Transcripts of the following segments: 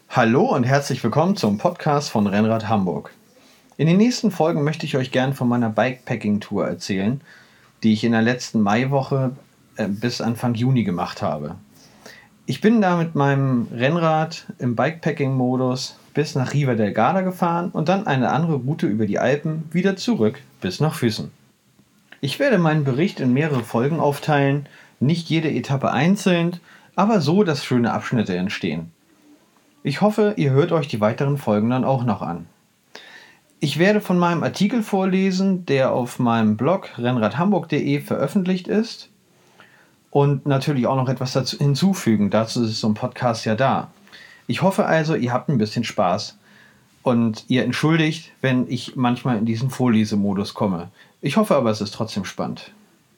Hallo und herzlich willkommen zum Podcast von Rennrad Hamburg. In den nächsten Folgen möchte ich euch gern von meiner Bikepacking-Tour erzählen, die ich in der letzten Maiwoche bis Anfang Juni gemacht habe. Ich bin da mit meinem Rennrad im Bikepacking-Modus bis nach Riva del Garda gefahren und dann eine andere Route über die Alpen wieder zurück bis nach Füssen. Ich werde meinen Bericht in mehrere Folgen aufteilen, nicht jede Etappe einzeln, aber so, dass schöne Abschnitte entstehen. Ich hoffe, ihr hört euch die weiteren Folgen dann auch noch an. Ich werde von meinem Artikel vorlesen, der auf meinem Blog rennradhamburg.de veröffentlicht ist und natürlich auch noch etwas dazu hinzufügen. Dazu ist so ein Podcast ja da. Ich hoffe also, ihr habt ein bisschen Spaß und ihr entschuldigt, wenn ich manchmal in diesen Vorlesemodus komme. Ich hoffe aber, es ist trotzdem spannend.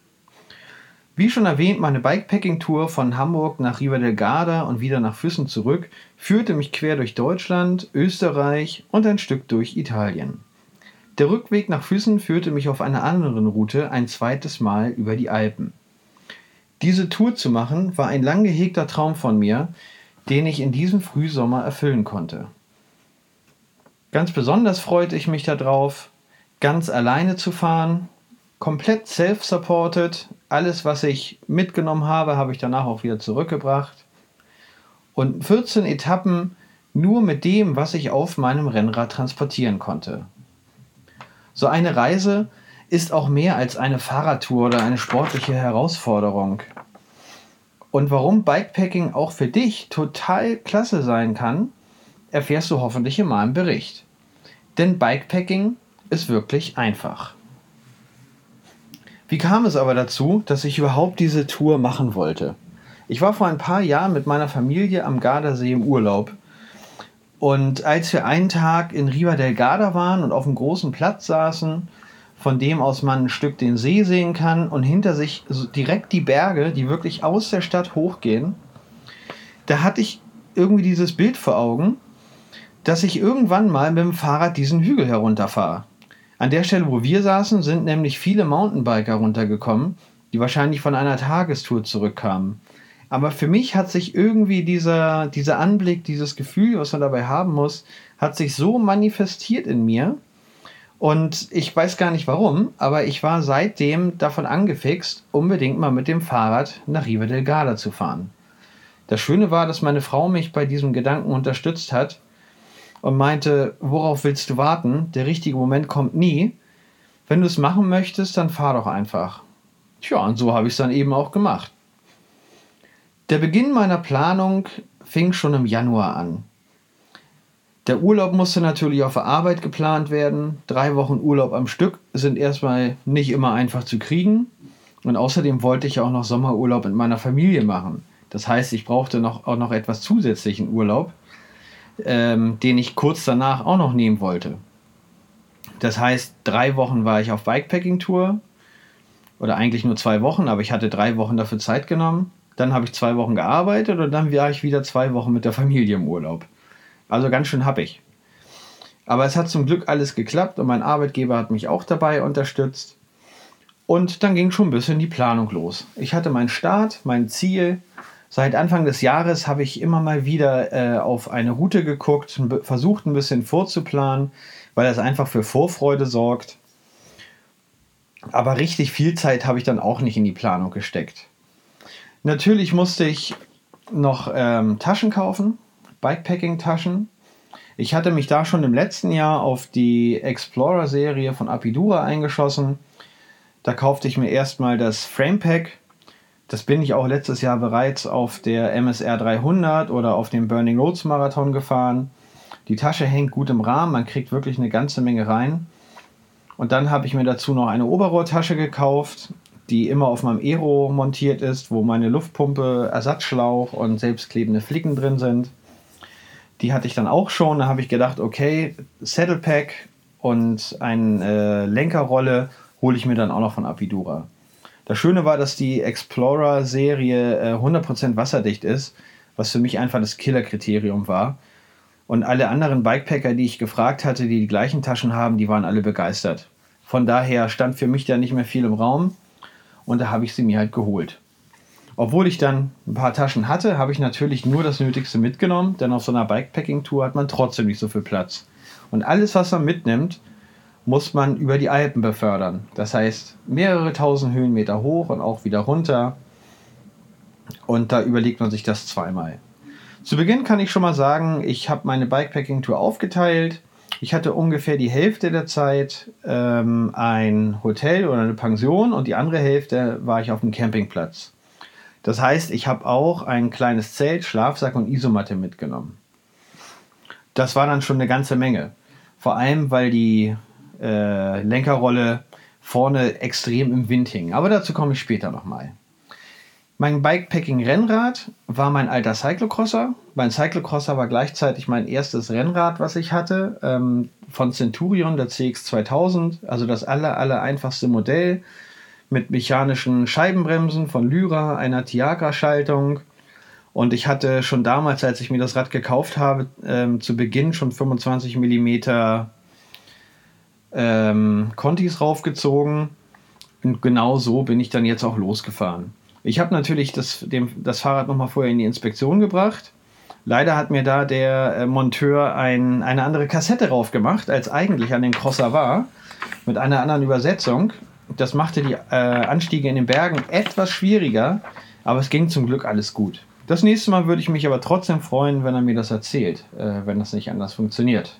Wie schon erwähnt, meine Bikepacking-Tour von Hamburg nach Riva del Garda und wieder nach Füssen zurück führte mich quer durch Deutschland, Österreich und ein Stück durch Italien. Der Rückweg nach Füssen führte mich auf einer anderen Route ein zweites Mal über die Alpen. Diese Tour zu machen war ein lang gehegter Traum von mir, den ich in diesem Frühsommer erfüllen konnte. Ganz besonders freute ich mich darauf, ganz alleine zu fahren, komplett self-supported. Alles, was ich mitgenommen habe, habe ich danach auch wieder zurückgebracht. Und 14 Etappen nur mit dem, was ich auf meinem Rennrad transportieren konnte. So eine Reise ist auch mehr als eine Fahrradtour oder eine sportliche Herausforderung. Und warum Bikepacking auch für dich total klasse sein kann, erfährst du hoffentlich in meinem Bericht. Denn Bikepacking ist wirklich einfach. Wie kam es aber dazu, dass ich überhaupt diese Tour machen wollte? Ich war vor ein paar Jahren mit meiner Familie am Gardasee im Urlaub. Und als wir einen Tag in Riva del Garda waren und auf einem großen Platz saßen, von dem aus man ein Stück den See sehen kann und hinter sich direkt die Berge, die wirklich aus der Stadt hochgehen, da hatte ich irgendwie dieses Bild vor Augen, dass ich irgendwann mal mit dem Fahrrad diesen Hügel herunterfahre. An der Stelle, wo wir saßen, sind nämlich viele Mountainbiker runtergekommen, die wahrscheinlich von einer Tagestour zurückkamen. Aber für mich hat sich irgendwie dieser Anblick, dieses Gefühl, was man dabei haben muss, hat sich so manifestiert in mir. Und ich weiß gar nicht warum, aber ich war seitdem davon angefixt, unbedingt mal mit dem Fahrrad nach Riva del Garda zu fahren. Das Schöne war, dass meine Frau mich bei diesem Gedanken unterstützt hat und meinte, worauf willst du warten? Der richtige Moment kommt nie. Wenn du es machen möchtest, dann fahr doch einfach. Tja, und so habe ich es dann eben auch gemacht. Der Beginn meiner Planung fing schon im Januar an. Der Urlaub musste natürlich auf der Arbeit geplant werden. 3 Wochen Urlaub am Stück sind erstmal nicht immer einfach zu kriegen. Und außerdem wollte ich auch noch Sommerurlaub mit meiner Familie machen. Das heißt, ich brauchte auch noch etwas zusätzlichen Urlaub, den ich kurz danach auch noch nehmen wollte. Das heißt, 3 Wochen war ich auf Bikepacking-Tour oder eigentlich nur 2 Wochen, aber ich hatte 3 Wochen dafür Zeit genommen. Dann habe ich 2 Wochen gearbeitet und dann war ich wieder 2 Wochen mit der Familie im Urlaub. Also ganz schön happig. Aber es hat zum Glück alles geklappt und mein Arbeitgeber hat mich auch dabei unterstützt. Und dann ging schon ein bisschen die Planung los. Ich hatte meinen Start, mein Ziel. Seit Anfang des Jahres habe ich immer mal wieder auf eine Route geguckt, versucht ein bisschen vorzuplanen, weil das einfach für Vorfreude sorgt. Aber richtig viel Zeit habe ich dann auch nicht in die Planung gesteckt. Natürlich musste ich noch Taschen kaufen, Bikepacking-Taschen. Ich hatte mich da schon im letzten Jahr auf die Explorer-Serie von Apidura eingeschossen. Da kaufte ich mir erstmal das Framepack. Das bin ich auch letztes Jahr bereits auf der MSR 300 oder auf dem Burning Roads Marathon gefahren. Die Tasche hängt gut im Rahmen, man kriegt wirklich eine ganze Menge rein. Und dann habe ich mir dazu noch eine Oberrohrtasche gekauft, die immer auf meinem Aero montiert ist, wo meine Luftpumpe, Ersatzschlauch und selbstklebende Flicken drin sind. Die hatte ich dann auch schon. Da habe ich gedacht, okay, Saddlepack und eine Lenkerrolle hole ich mir dann auch noch von Apidura. Das Schöne war, dass die Explorer-Serie 100% wasserdicht ist, was für mich einfach das Killerkriterium war. Und alle anderen Bikepacker, die ich gefragt hatte, die die gleichen Taschen haben, die waren alle begeistert. Von daher stand für mich da nicht mehr viel im Raum und da habe ich sie mir halt geholt. Obwohl ich dann ein paar Taschen hatte, habe ich natürlich nur das Nötigste mitgenommen, denn auf so einer Bikepacking-Tour hat man trotzdem nicht so viel Platz. Und alles, was man mitnimmt, muss man über die Alpen befördern. Das heißt, mehrere tausend Höhenmeter hoch und auch wieder runter. Und da überlegt man sich das zweimal. Zu Beginn kann ich schon mal sagen, ich habe meine Bikepacking-Tour aufgeteilt. Ich hatte ungefähr die Hälfte der Zeit ein Hotel oder eine Pension und die andere Hälfte war ich auf dem Campingplatz. Das heißt, ich habe auch ein kleines Zelt, Schlafsack und Isomatte mitgenommen. Das war dann schon eine ganze Menge. Vor allem, weil die Lenkerrolle vorne extrem im Wind hing. Aber dazu komme ich später nochmal. Mein Bikepacking-Rennrad war mein alter Cyclocrosser. Mein Cyclocrosser war gleichzeitig mein erstes Rennrad, was ich hatte, von Centurion, der CX2000, also das aller einfachste Modell mit mechanischen Scheibenbremsen von Lyra, einer Tiagra-Schaltung. Und ich hatte schon damals, als ich mir das Rad gekauft habe, zu Beginn schon 25 mm Contis raufgezogen. Und genau so bin ich dann jetzt auch losgefahren. Ich habe natürlich das Fahrrad nochmal vorher in die Inspektion gebracht. Leider hat mir da der Monteur eine andere Kassette drauf gemacht, als eigentlich an dem Crosser war, mit einer anderen Übersetzung. Das machte die Anstiege in den Bergen etwas schwieriger, aber es ging zum Glück alles gut. Das nächste Mal würde ich mich aber trotzdem freuen, wenn er mir das erzählt, wenn das nicht anders funktioniert.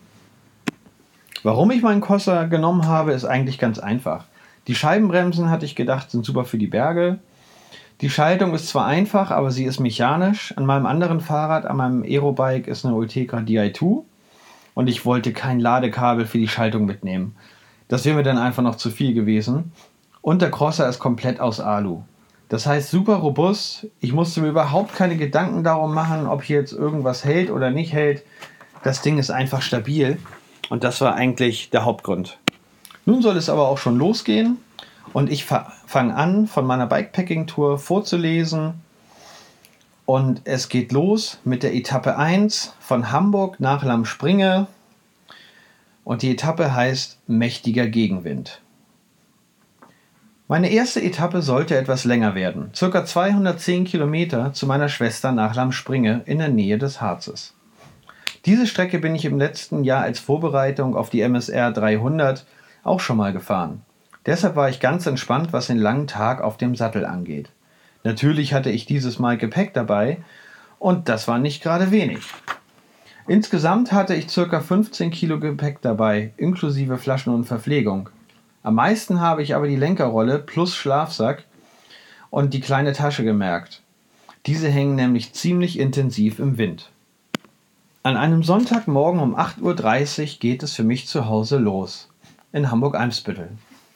Warum ich meinen Crosser genommen habe, ist eigentlich ganz einfach. Die Scheibenbremsen, hatte ich gedacht, sind super für die Berge. Die Schaltung ist zwar einfach, aber sie ist mechanisch. An meinem anderen Fahrrad, an meinem Aerobike, ist eine Ultegra Di2 und ich wollte kein Ladekabel für die Schaltung mitnehmen. Das wäre mir dann einfach noch zu viel gewesen. Und der Crosser ist komplett aus Alu. Das heißt super robust. Ich musste mir überhaupt keine Gedanken darum machen, ob hier jetzt irgendwas hält oder nicht hält. Das Ding ist einfach stabil und das war eigentlich der Hauptgrund. Nun soll es aber auch schon losgehen. Und ich fange an, von meiner Bikepacking-Tour vorzulesen. Und es geht los mit der Etappe 1 von Hamburg nach Lammspringe. Und die Etappe heißt Mächtiger Gegenwind. Meine erste Etappe sollte etwas länger werden. Circa 210 Kilometer zu meiner Schwester nach Lammspringe in der Nähe des Harzes. Diese Strecke bin ich im letzten Jahr als Vorbereitung auf die MSR 300 auch schon mal gefahren. Deshalb war ich ganz entspannt, was den langen Tag auf dem Sattel angeht. Natürlich hatte ich dieses Mal Gepäck dabei und das war nicht gerade wenig. Insgesamt hatte ich ca. 15 Kilo Gepäck dabei, inklusive Flaschen und Verpflegung. Am meisten habe ich aber die Lenkerrolle plus Schlafsack und die kleine Tasche gemerkt. Diese hängen nämlich ziemlich intensiv im Wind. An einem Sonntagmorgen um 8:30 Uhr geht es für mich zu Hause los, in Hamburg-Eimsbüttel.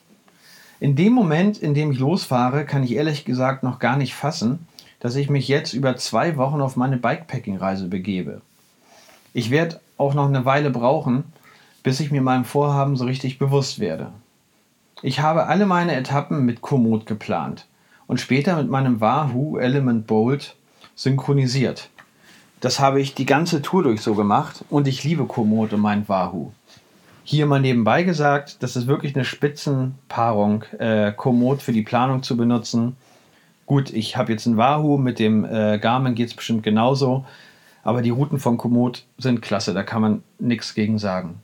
In dem Moment, in dem ich losfahre, kann ich ehrlich gesagt noch gar nicht fassen, dass ich mich jetzt über 2 Wochen auf meine Bikepacking-Reise begebe. Ich werde auch noch eine Weile brauchen, bis ich mir meinem Vorhaben so richtig bewusst werde. Ich habe alle meine Etappen mit Komoot geplant und später mit meinem Wahoo Element Bolt synchronisiert. Das habe ich die ganze Tour durch so gemacht und ich liebe Komoot und meinen Wahoo. Hier mal nebenbei gesagt, das ist wirklich eine Spitzenpaarung, Komoot für die Planung zu benutzen. Gut, ich habe jetzt ein Wahoo, mit dem Garmin geht es bestimmt genauso, aber die Routen von Komoot sind klasse, da kann man nichts gegen sagen.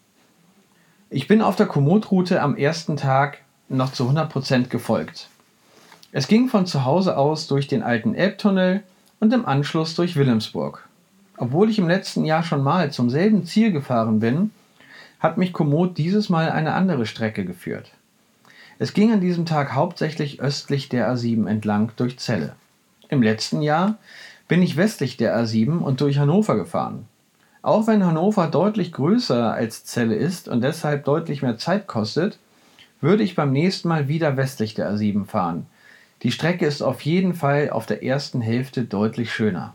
Ich bin auf der Komoot-Route am ersten Tag noch zu 100% gefolgt. Es ging von zu Hause aus durch den alten Elbtunnel und im Anschluss durch Wilhelmsburg. Obwohl ich im letzten Jahr schon mal zum selben Ziel gefahren bin, hat mich Komoot dieses Mal eine andere Strecke geführt. Es ging an diesem Tag hauptsächlich östlich der A7 entlang durch Celle. Im letzten Jahr bin ich westlich der A7 und durch Hannover gefahren. Auch wenn Hannover deutlich größer als Celle ist und deshalb deutlich mehr Zeit kostet, würde ich beim nächsten Mal wieder westlich der A7 fahren. Die Strecke ist auf jeden Fall auf der ersten Hälfte deutlich schöner.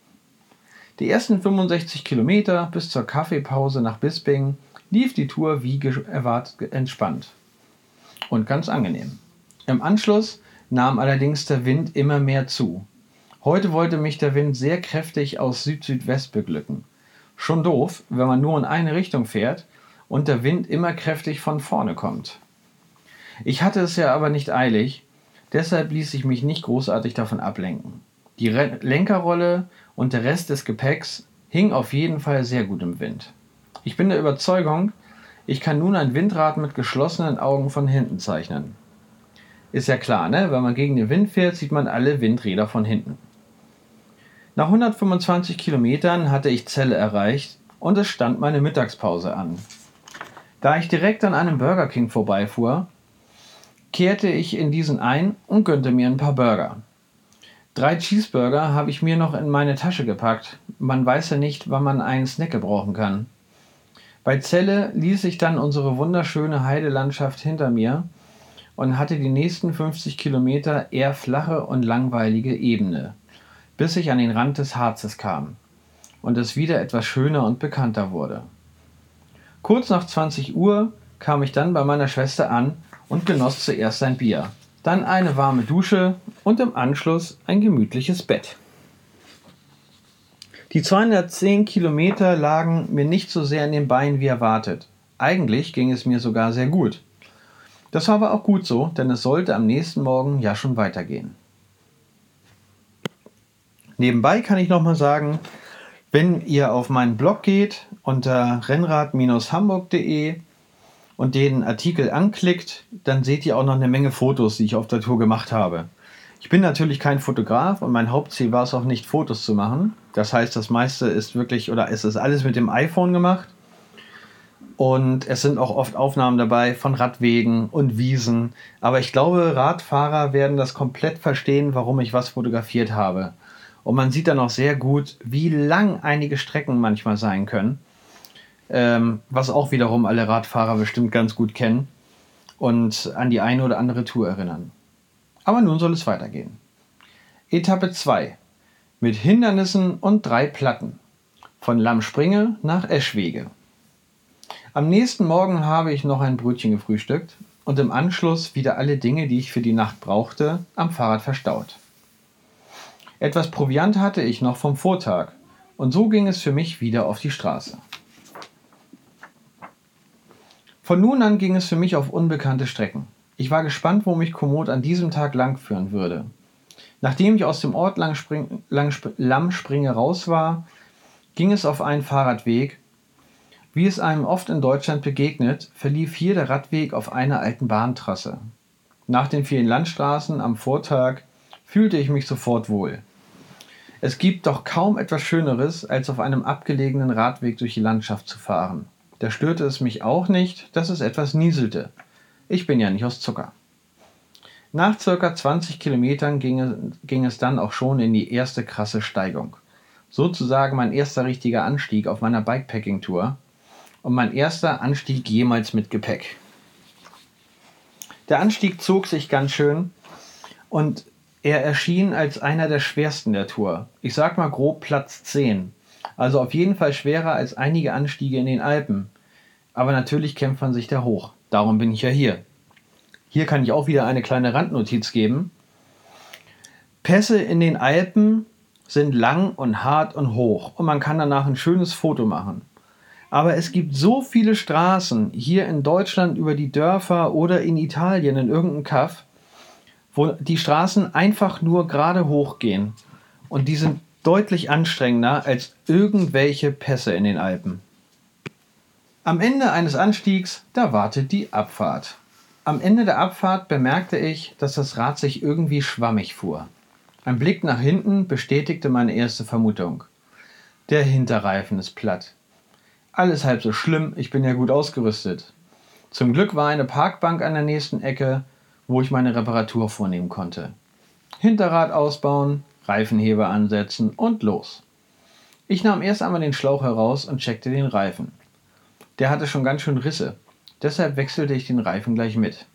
Die ersten 65 Kilometer bis zur Kaffeepause nach Bisping lief die Tour wie erwartet entspannt und ganz angenehm. Im Anschluss nahm allerdings der Wind immer mehr zu. Heute wollte mich der Wind sehr kräftig aus Süd-Südwest beglücken. Schon doof, wenn man nur in eine Richtung fährt und der Wind immer kräftig von vorne kommt. Ich hatte es ja aber nicht eilig, Deshalb ließ ich mich nicht großartig davon ablenken. Die Lenkerrolle und der Rest des Gepäcks hing auf jeden Fall sehr gut im Wind. Ich bin der Überzeugung, ich kann nun ein Windrad mit geschlossenen Augen von hinten zeichnen. Ist ja klar, ne? Wenn man gegen den Wind fährt, sieht man alle Windräder von hinten. Nach 125 Kilometern hatte ich Celle erreicht und es stand meine Mittagspause an. Da ich direkt an einem Burger King vorbeifuhr, kehrte ich in diesen ein und gönnte mir ein paar Burger. 3 Cheeseburger habe ich mir noch in meine Tasche gepackt. Man weiß ja nicht, wann man einen Snack gebrauchen kann. Bei Celle ließ ich dann unsere wunderschöne Heidelandschaft hinter mir und hatte die nächsten 50 Kilometer eher flache und langweilige Ebene, bis ich an den Rand des Harzes kam und es wieder etwas schöner und bekannter wurde. Kurz nach 20 Uhr kam ich dann bei meiner Schwester an und genoss zuerst ein Bier, dann eine warme Dusche und im Anschluss ein gemütliches Bett. Die 210 Kilometer lagen mir nicht so sehr in den Beinen wie erwartet. Eigentlich ging es mir sogar sehr gut. Das war aber auch gut so, denn es sollte am nächsten Morgen ja schon weitergehen. Nebenbei kann ich nochmal sagen, wenn ihr auf meinen Blog geht unter rennrad-hamburg.de und den Artikel anklickt, dann seht ihr auch noch eine Menge Fotos, die ich auf der Tour gemacht habe. Ich bin natürlich kein Fotograf und mein Hauptziel war es auch nicht, Fotos zu machen. Das heißt, das meiste ist wirklich, oder es ist alles mit dem iPhone gemacht. Und es sind auch oft Aufnahmen dabei von Radwegen und Wiesen. Aber ich glaube, Radfahrer werden das komplett verstehen, warum ich was fotografiert habe. Und man sieht dann auch sehr gut, wie lang einige Strecken manchmal sein können. Was auch wiederum alle Radfahrer bestimmt ganz gut kennen und an die eine oder andere Tour erinnern. Aber nun soll es weitergehen. Etappe 2 mit Hindernissen und 3 Platten von Lammspringe nach Eschwege. Am nächsten Morgen habe ich noch ein Brötchen gefrühstückt und im Anschluss wieder alle Dinge, die ich für die Nacht brauchte, am Fahrrad verstaut. Etwas Proviant hatte ich noch vom Vortag und so ging es für mich wieder auf die Straße. Von nun an ging es für mich auf unbekannte Strecken. Ich war gespannt, wo mich Komoot an diesem Tag langführen würde. Nachdem ich aus dem Ort Lammspringe raus war, ging es auf einen Fahrradweg. Wie es einem oft in Deutschland begegnet, verlief hier der Radweg auf einer alten Bahntrasse. Nach den vielen Landstraßen am Vortag fühlte ich mich sofort wohl. Es gibt doch kaum etwas Schöneres, als auf einem abgelegenen Radweg durch die Landschaft zu fahren. Da störte es mich auch nicht, dass es etwas nieselte. Ich bin ja nicht aus Zucker. Nach ca. 20 Kilometern ging es dann auch schon in die erste krasse Steigung. Sozusagen mein erster richtiger Anstieg auf meiner Bikepacking-Tour und mein erster Anstieg jemals mit Gepäck. Der Anstieg zog sich ganz schön und er erschien als einer der schwersten der Tour. Ich sag mal grob Platz 10. Also auf jeden Fall schwerer als einige Anstiege in den Alpen. Aber natürlich kämpft man sich da hoch. Darum bin ich ja hier. Hier kann ich auch wieder eine kleine Randnotiz geben. Pässe in den Alpen sind lang und hart und hoch und man kann danach ein schönes Foto machen. Aber es gibt so viele Straßen hier in Deutschland über die Dörfer oder in Italien in irgendeinem Kaff, wo die Straßen einfach nur gerade hochgehen. Und die sind deutlich anstrengender als irgendwelche Pässe in den Alpen. Am Ende eines Anstiegs, da wartet die Abfahrt. Am Ende der Abfahrt bemerkte ich, dass das Rad sich irgendwie schwammig fuhr. Ein Blick nach hinten bestätigte meine erste Vermutung. Der Hinterreifen ist platt. Alles halb so schlimm, ich bin ja gut ausgerüstet. Zum Glück war eine Parkbank an der nächsten Ecke, wo ich meine Reparatur vornehmen konnte. Hinterrad ausbauen, Reifenheber ansetzen und los. Ich nahm erst einmal den Schlauch heraus und checkte den Reifen. Der hatte schon ganz schön Risse, deshalb wechselte ich den Reifen gleich mit.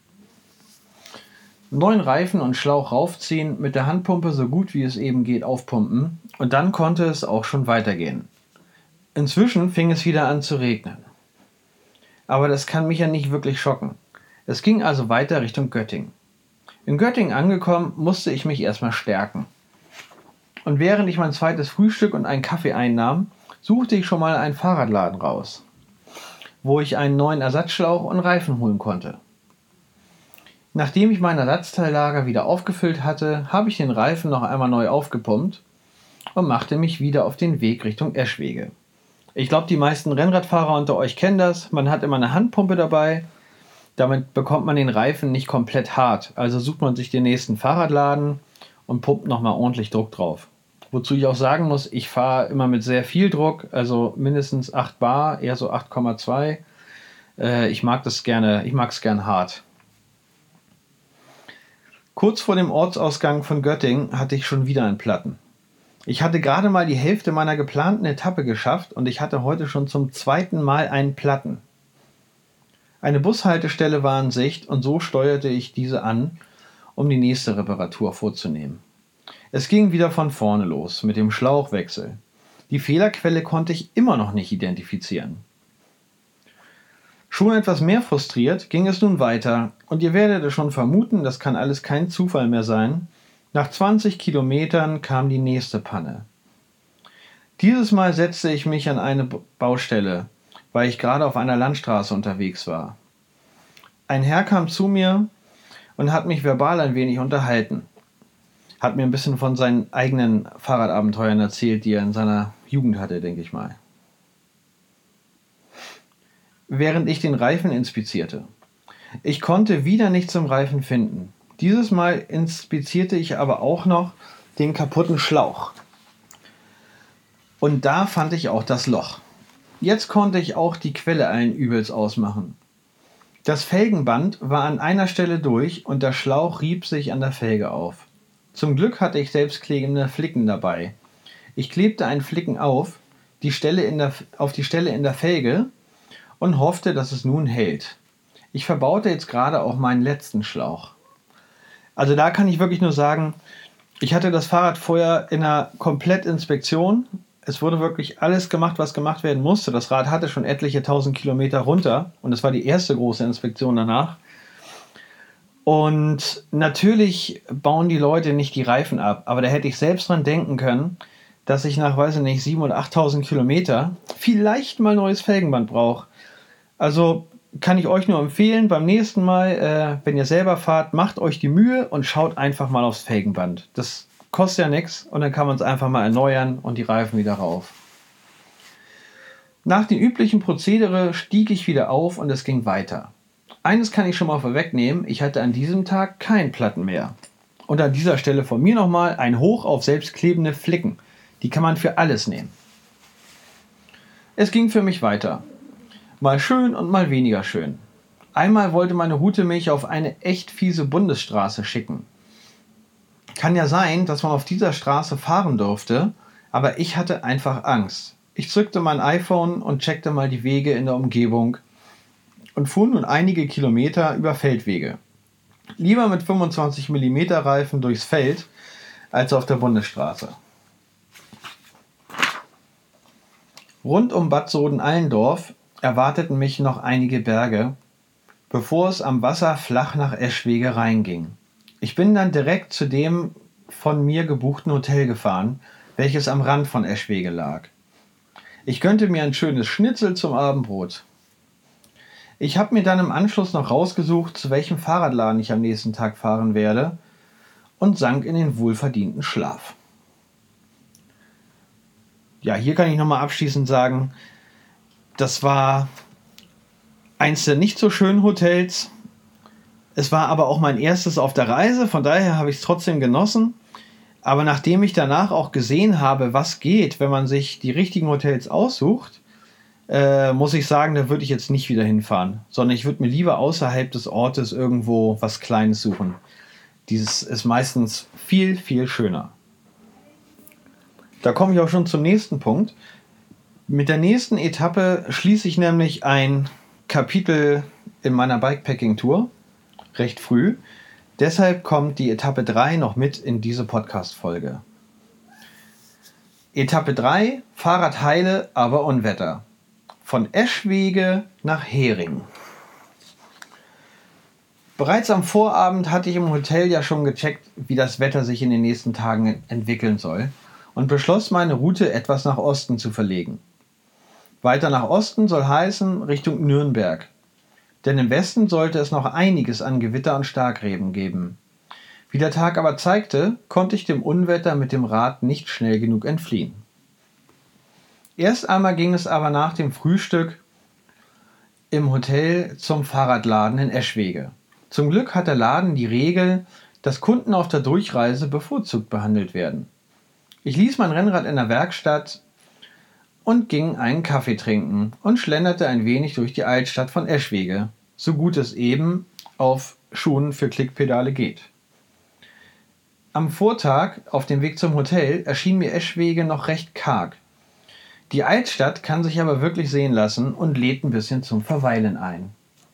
Neuen Reifen und Schlauch raufziehen, mit der Handpumpe so gut wie es eben geht aufpumpen und dann konnte es auch schon weitergehen. Inzwischen fing es wieder an zu regnen. Aber das kann mich ja nicht wirklich schocken. Es ging also weiter Richtung Göttingen. In Göttingen angekommen, musste ich mich erstmal stärken. Und während ich mein zweites Frühstück und einen Kaffee einnahm, suchte ich schon mal einen Fahrradladen raus, wo ich einen neuen Ersatzschlauch und Reifen holen konnte. Nachdem ich mein Ersatzteillager wieder aufgefüllt hatte, habe ich den Reifen noch einmal neu aufgepumpt und machte mich wieder auf den Weg Richtung Eschwege. Ich glaube, die meisten Rennradfahrer unter euch kennen das. Man hat immer eine Handpumpe dabei. Damit bekommt man den Reifen nicht komplett hart. Also sucht man sich den nächsten Fahrradladen und pumpt nochmal ordentlich Druck drauf. Wozu ich auch sagen muss, ich fahre immer mit sehr viel Druck, also mindestens 8 Bar, eher so 8,2. Ich mag es gern hart. Kurz vor dem Ortsausgang von Göttingen hatte ich schon wieder einen Platten. Ich hatte gerade mal die Hälfte meiner geplanten Etappe geschafft und ich hatte heute schon zum 2. Mal einen Platten. Eine Bushaltestelle war in Sicht und so steuerte ich diese an, um die nächste Reparatur vorzunehmen. Es ging wieder von vorne los mit dem Schlauchwechsel. Die Fehlerquelle konnte ich immer noch nicht identifizieren. Schon etwas mehr frustriert ging es nun weiter und ihr werdet es schon vermuten, das kann alles kein Zufall mehr sein. Nach 20 Kilometern kam die nächste Panne. Dieses Mal setzte ich mich an eine Baustelle, weil ich gerade auf einer Landstraße unterwegs war. Ein Herr kam zu mir und hat mich verbal ein wenig unterhalten. Hat mir ein bisschen von seinen eigenen Fahrradabenteuern erzählt, die er in seiner Jugend hatte, denke ich mal. Während ich den Reifen inspizierte. Ich konnte wieder nichts im Reifen finden. Dieses Mal inspizierte ich aber auch noch den kaputten Schlauch. Und da fand ich auch das Loch. Jetzt konnte ich auch die Quelle allen Übels ausmachen. Das Felgenband war an einer Stelle durch und der Schlauch rieb sich an der Felge auf. Zum Glück hatte ich selbstklebende Flicken dabei. Ich klebte einen Flicken auf die Stelle in der Felge und hoffte, dass es nun hält. Ich verbaute jetzt gerade auch meinen letzten Schlauch. Also da kann ich wirklich nur sagen, ich hatte das Fahrrad vorher in einer Komplettinspektion. Es wurde wirklich alles gemacht, was gemacht werden musste. Das Rad hatte schon etliche 1000 Kilometer runter und es war die erste große Inspektion danach. Und natürlich bauen die Leute nicht die Reifen ab, aber da hätte ich selbst dran denken können, dass ich nach, 7.000 oder 8.000 Kilometer vielleicht mal neues Felgenband brauche. Also kann ich euch nur empfehlen, beim nächsten Mal, wenn ihr selber fahrt, macht euch die Mühe und schaut einfach mal aufs Felgenband. Das kostet ja nichts und dann kann man es einfach mal erneuern und die Reifen wieder rauf. Nach dem üblichen Prozedere stieg ich wieder auf und es ging weiter. Eines kann ich schon mal vorwegnehmen, ich hatte an diesem Tag keinen Platten mehr. Und an dieser Stelle von mir nochmal ein Hoch auf selbstklebende Flicken. Die kann man für alles nehmen. Es ging für mich weiter. Mal schön und mal weniger schön. Einmal wollte meine Route mich auf eine echt fiese Bundesstraße schicken. Kann ja sein, dass man auf dieser Straße fahren durfte, aber ich hatte einfach Angst. Ich zückte mein iPhone und checkte mal die Wege in der Umgebung und fuhr nun einige Kilometer über Feldwege. Lieber mit 25 mm Reifen durchs Feld als auf der Bundesstraße. Rund um Bad Soden-Allendorf erwarteten mich noch einige Berge, bevor es am Wasser flach nach Eschwege reinging. Ich bin dann direkt zu dem von mir gebuchten Hotel gefahren, welches am Rand von Eschwege lag. Ich gönnte mir ein schönes Schnitzel zum Abendbrot. Ich habe mir dann im Anschluss noch rausgesucht, zu welchem Fahrradladen ich am nächsten Tag fahren werde und sank in den wohlverdienten Schlaf. Ja, hier kann ich nochmal abschließend sagen, das war eins der nicht so schönen Hotels. Es war aber auch mein erstes auf der Reise, von daher habe ich es trotzdem genossen. Aber nachdem ich danach auch gesehen habe, was geht, wenn man sich die richtigen Hotels aussucht, muss ich sagen, da würde ich jetzt nicht wieder hinfahren, sondern ich würde mir lieber außerhalb des Ortes irgendwo was Kleines suchen. Dieses ist meistens viel, viel schöner. Da komme ich auch schon zum nächsten Punkt. Mit der nächsten Etappe schließe ich nämlich ein Kapitel in meiner Bikepacking-Tour, recht früh. Deshalb kommt die Etappe 3 noch mit in diese Podcast-Folge. Etappe 3, Fahrrad heile, aber Unwetter. Von Eschwege nach Hering. Bereits am Vorabend hatte ich im Hotel ja schon gecheckt, wie das Wetter sich in den nächsten Tagen entwickeln soll und beschloss, meine Route etwas nach Osten zu verlegen. Weiter nach Osten soll heißen Richtung Nürnberg. denn im Westen sollte es noch einiges an Gewitter und Starkregen geben. Wie der Tag aber zeigte, konnte ich dem Unwetter mit dem Rad nicht schnell genug entfliehen. Erst einmal ging es aber nach dem Frühstück im Hotel zum Fahrradladen in Eschwege. Zum Glück hat der Laden die Regel, dass Kunden auf der Durchreise bevorzugt behandelt werden. Ich ließ mein Rennrad in der Werkstatt und ging einen Kaffee trinken und schlenderte ein wenig durch die Altstadt von Eschwege, so gut es eben auf Schuhen für Klickpedale geht. Am Vortag auf dem Weg zum Hotel erschien mir Eschwege noch recht karg. Die Altstadt kann sich aber wirklich sehen lassen und lädt ein bisschen zum Verweilen ein.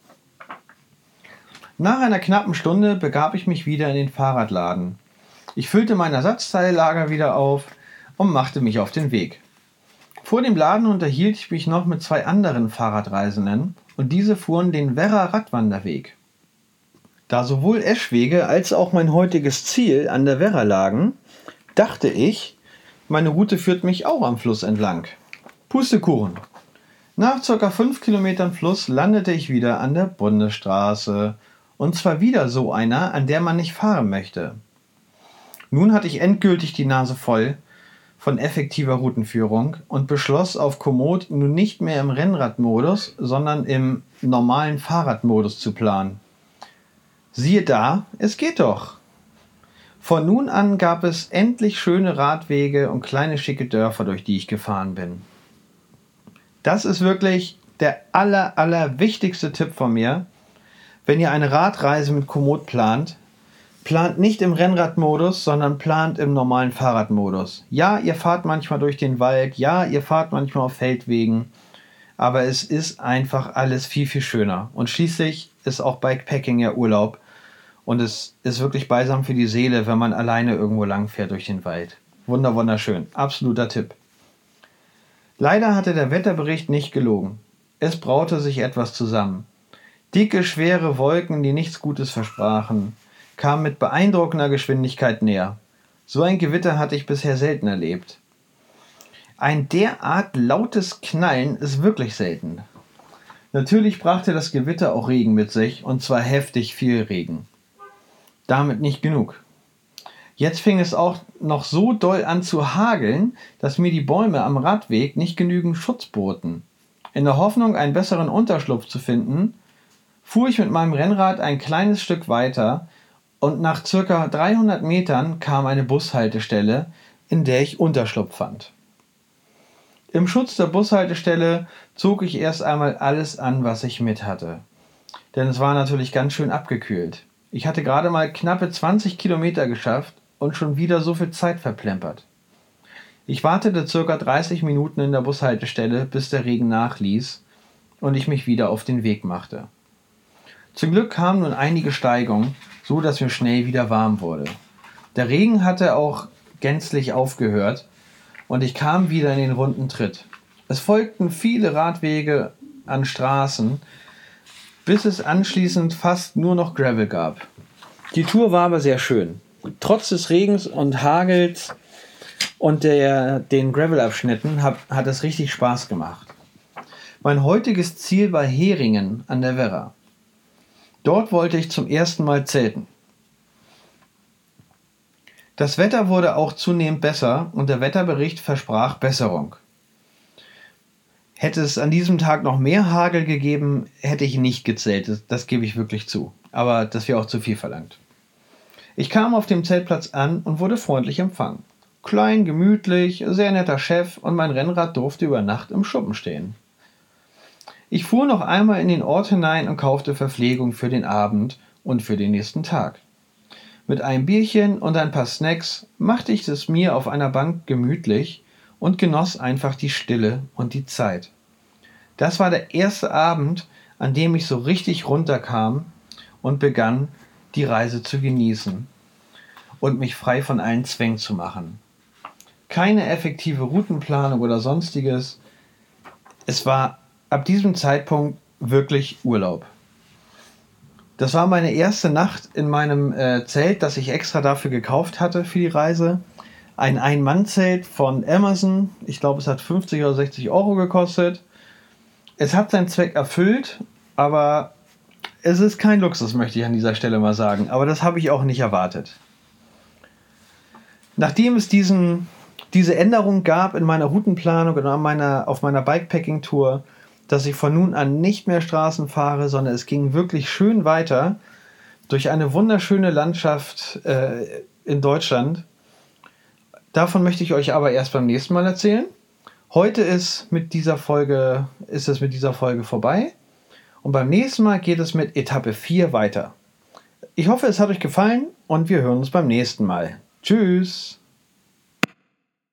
Nach einer knappen Stunde begab ich mich wieder in den Fahrradladen. Ich füllte mein Ersatzteillager wieder auf und machte mich auf den Weg. Vor dem Laden unterhielt ich mich noch mit 2 anderen Fahrradreisenden und diese fuhren den Werra Radwanderweg. Da sowohl Eschwege als auch mein heutiges Ziel an der Werra lagen, dachte ich, meine Route führt mich auch am Fluss entlang. Pustekuchen. Nach ca. 5 Kilometern Fluss landete ich wieder an der Bundesstraße. Und zwar wieder so einer, an der man nicht fahren möchte. Nun hatte ich endgültig die Nase voll von effektiver Routenführung und beschloss auf Komoot nun nicht mehr im Rennradmodus, sondern im normalen Fahrradmodus zu planen. Siehe da, es geht doch. Von nun an gab es endlich schöne Radwege und kleine schicke Dörfer, durch die ich gefahren bin. Das ist wirklich der allerwichtigste Tipp von mir. Wenn ihr eine Radreise mit Komoot plant, plant nicht im Rennradmodus, sondern plant im normalen Fahrradmodus. Ja, ihr fahrt manchmal durch den Wald, ja, ihr fahrt manchmal auf Feldwegen, aber es ist einfach alles viel, viel schöner. Und schließlich ist auch Bikepacking ja Urlaub und es ist wirklich balsam für die Seele, wenn man alleine irgendwo lang fährt durch den Wald. Wunderschön, absoluter Tipp. Leider hatte der Wetterbericht nicht gelogen. Es braute sich etwas zusammen. Dicke, schwere Wolken, die nichts Gutes versprachen, kamen mit beeindruckender Geschwindigkeit näher. So ein Gewitter hatte ich bisher selten erlebt. Ein derart lautes Knallen ist wirklich selten. Natürlich brachte das Gewitter auch Regen mit sich, und zwar heftig viel Regen. Damit nicht genug. Jetzt fing es auch noch so doll an zu hageln, dass mir die Bäume am Radweg nicht genügend Schutz boten. In der Hoffnung, einen besseren Unterschlupf zu finden, fuhr ich mit meinem Rennrad ein kleines Stück weiter und nach ca. 300 Metern kam eine Bushaltestelle, in der ich Unterschlupf fand. Im Schutz der Bushaltestelle zog ich erst einmal alles an, was ich mit hatte. Denn es war natürlich ganz schön abgekühlt. Ich hatte gerade mal knappe 20 Kilometer geschafft und schon wieder so viel Zeit verplempert. Ich wartete ca. 30 Minuten in der Bushaltestelle, bis der Regen nachließ und ich mich wieder auf den Weg machte. Zum Glück kamen nun einige Steigungen, so dass mir schnell wieder warm wurde. Der Regen hatte auch gänzlich aufgehört und ich kam wieder in den runden Tritt. Es folgten viele Radwege an Straßen, bis es anschließend fast nur noch Gravel gab. Die Tour war aber sehr schön. Trotz des Regens und Hagels und den Gravel-Abschnitten hat es richtig Spaß gemacht. Mein heutiges Ziel war Heringen an der Werra. Dort wollte ich zum ersten Mal zelten. Das Wetter wurde auch zunehmend besser und der Wetterbericht versprach Besserung. Hätte es an diesem Tag noch mehr Hagel gegeben, hätte ich nicht gezeltet, das gebe ich wirklich zu. Aber das wäre auch zu viel verlangt. Ich kam auf dem Zeltplatz an und wurde freundlich empfangen. Klein, gemütlich, sehr netter Chef und mein Rennrad durfte über Nacht im Schuppen stehen. Ich fuhr noch einmal in den Ort hinein und kaufte Verpflegung für den Abend und für den nächsten Tag. Mit einem Bierchen und ein paar Snacks machte ich es mir auf einer Bank gemütlich und genoss einfach die Stille und die Zeit. Das war der erste Abend, an dem ich so richtig runterkam und begann, die Reise zu genießen und mich frei von allen Zwängen zu machen. Keine effektive Routenplanung oder sonstiges. Es war ab diesem Zeitpunkt wirklich Urlaub. Das war meine erste Nacht in meinem Zelt, das ich extra dafür gekauft hatte für die Reise. Ein Ein-Mann-Zelt von Amazon. Ich glaube, es hat 50 oder 60 Euro gekostet. Es hat seinen Zweck erfüllt, aber Es ist kein Luxus, möchte ich an dieser Stelle mal sagen, aber das habe ich auch nicht erwartet. Nachdem es diese Änderung gab in meiner Routenplanung und auf meiner Bikepacking-Tour, dass ich von nun an nicht mehr Straßen fahre, sondern es ging wirklich schön weiter durch eine wunderschöne Landschaft in Deutschland. Davon möchte ich euch aber erst beim nächsten Mal erzählen. Heute ist es mit dieser Folge vorbei und beim nächsten Mal geht es mit Etappe 4 weiter. Ich hoffe, es hat euch gefallen und wir hören uns beim nächsten Mal. Tschüss!